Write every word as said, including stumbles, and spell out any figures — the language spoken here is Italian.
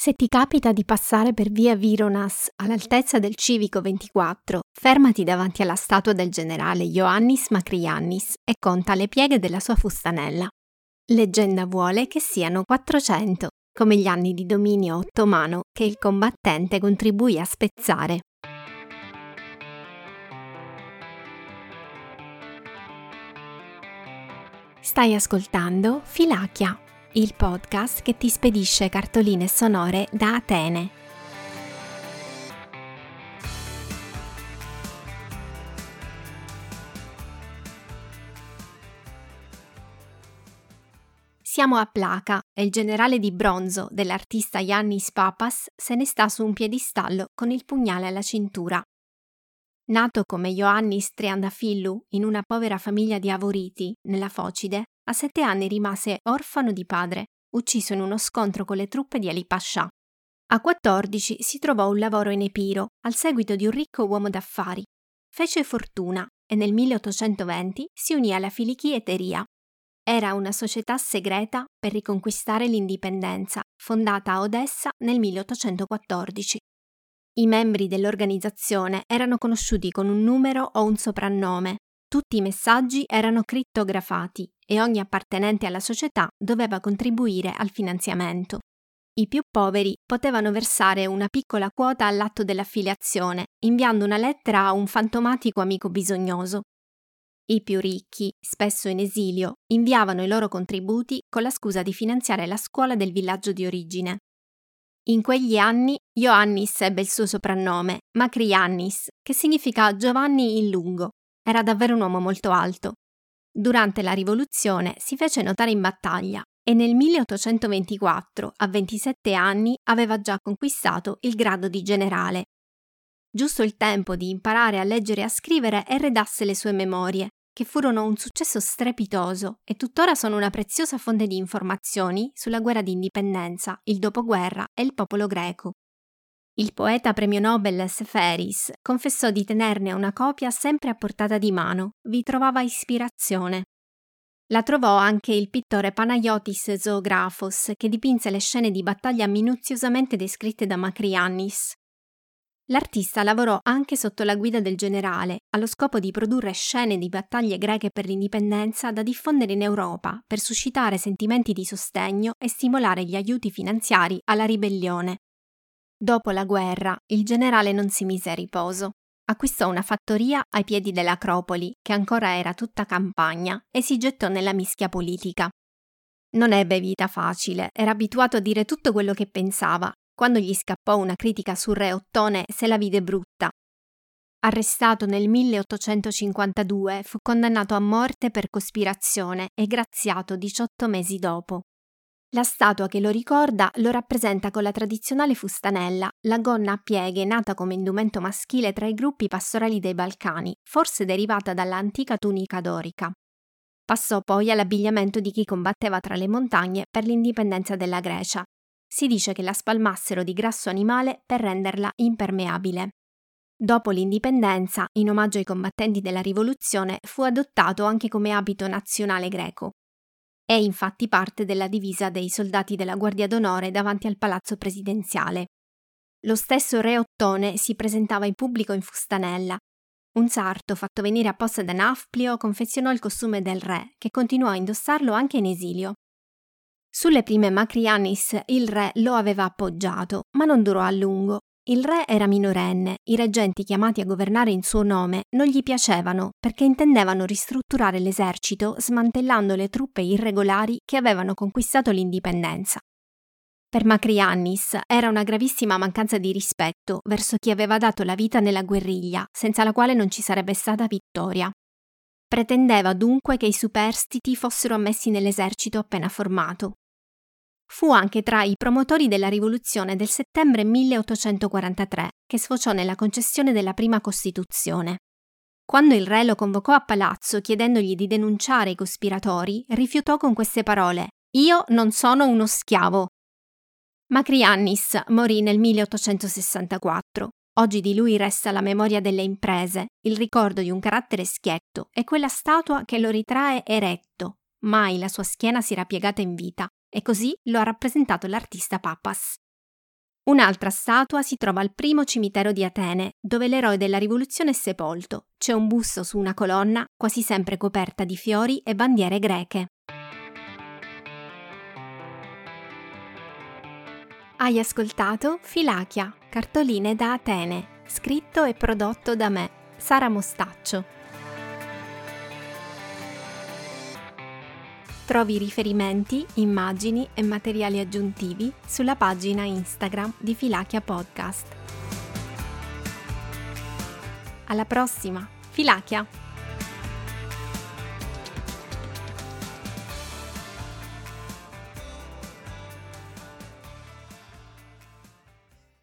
Se ti capita di passare per via Vironas all'altezza del Civico ventiquattro, fermati davanti alla statua del generale Ioannis Makriannis e conta le pieghe della sua fustanella. Leggenda vuole che siano quattrocento, come gli anni di dominio ottomano che il combattente contribuì a spezzare. Stai ascoltando Filachia, il podcast che ti spedisce cartoline sonore da Atene. Siamo a Plaka e il generale di bronzo dell'artista Yannis Papas se ne sta su un piedistallo con il pugnale alla cintura. Nato come Ioannis Triandafillou in una povera famiglia di Avoriti, nella Focide, a sette anni rimase orfano di padre, ucciso in uno scontro con le truppe di Ali Pascià. A quattordici si trovò un lavoro in Epiro, al seguito di un ricco uomo d'affari. Fece fortuna e nel milleottocentoventi si unì alla Filikieteria. Era una società segreta per riconquistare l'indipendenza, fondata a Odessa nel milleottocentoquattordici. I membri dell'organizzazione erano conosciuti con un numero o un soprannome. Tutti i messaggi erano crittografati e ogni appartenente alla società doveva contribuire al finanziamento. I più poveri potevano versare una piccola quota all'atto dell'affiliazione, inviando una lettera a un fantomatico amico bisognoso. I più ricchi, spesso in esilio, inviavano i loro contributi con la scusa di finanziare la scuola del villaggio di origine. In quegli anni Ioannis ebbe il suo soprannome, Makriannis, che significa Giovanni il lungo. Era davvero un uomo molto alto. Durante la rivoluzione si fece notare in battaglia e nel milleottocentoventiquattro, a ventisette anni, aveva già conquistato il grado di generale. Giusto il tempo di imparare a leggere e a scrivere e redasse le sue memorie, che furono un successo strepitoso e tuttora sono una preziosa fonte di informazioni sulla guerra di indipendenza, il dopoguerra e il popolo greco. Il poeta premio Nobel Seferis confessò di tenerne una copia sempre a portata di mano, vi trovava ispirazione. La trovò anche il pittore Panayotis Zoografos, che dipinse le scene di battaglia minuziosamente descritte da Makriannis. L'artista lavorò anche sotto la guida del generale, allo scopo di produrre scene di battaglie greche per l'indipendenza da diffondere in Europa per suscitare sentimenti di sostegno e stimolare gli aiuti finanziari alla ribellione. Dopo la guerra, il generale non si mise a riposo. Acquistò una fattoria ai piedi dell'Acropoli, che ancora era tutta campagna, e si gettò nella mischia politica. Non ebbe vita facile, era abituato a dire tutto quello che pensava. Quando gli scappò una critica sul re Ottone, se la vide brutta. Arrestato nel milleottocentocinquantadue, fu condannato a morte per cospirazione e graziato diciotto mesi dopo. La statua che lo ricorda lo rappresenta con la tradizionale fustanella, la gonna a pieghe nata come indumento maschile tra i gruppi pastorali dei Balcani, forse derivata dall'antica tunica dorica. Passò poi all'abbigliamento di chi combatteva tra le montagne per l'indipendenza della Grecia. Si dice che la spalmassero di grasso animale per renderla impermeabile. Dopo l'indipendenza, in omaggio ai combattenti della rivoluzione, fu adottato anche come abito nazionale greco. È infatti parte della divisa dei soldati della Guardia d'Onore davanti al palazzo presidenziale. Lo stesso re Ottone si presentava in pubblico in fustanella. Un sarto fatto venire apposta da Nafplio confezionò il costume del re, che continuò a indossarlo anche in esilio. Sulle prime Makriannis il re lo aveva appoggiato, ma non durò a lungo. Il re era minorenne, i reggenti chiamati a governare in suo nome non gli piacevano perché intendevano ristrutturare l'esercito smantellando le truppe irregolari che avevano conquistato l'indipendenza. Per Makriannis era una gravissima mancanza di rispetto verso chi aveva dato la vita nella guerriglia, senza la quale non ci sarebbe stata vittoria. Pretendeva dunque che i superstiti fossero ammessi nell'esercito appena formato. Fu anche tra i promotori della rivoluzione del settembre milleottocentoquarantatré, che sfociò nella concessione della prima Costituzione. Quando il re lo convocò a palazzo chiedendogli di denunciare i cospiratori, rifiutò con queste parole: «Io non sono uno schiavo». Makriannis morì nel milleottocentosessantaquattro. Oggi di lui resta la memoria delle imprese, il ricordo di un carattere schietto e quella statua che lo ritrae eretto. Mai la sua schiena si era piegata in vita. E così lo ha rappresentato l'artista Papas. Un'altra statua si trova al primo cimitero di Atene, dove l'eroe della rivoluzione è sepolto. C'è un busto su una colonna, quasi sempre coperta di fiori e bandiere greche. Hai ascoltato Filachia, cartoline da Atene, scritto e prodotto da me, Sara Mostaccio. Trovi riferimenti, immagini e materiali aggiuntivi sulla pagina Instagram di Filachia Podcast. Alla prossima, Filachia!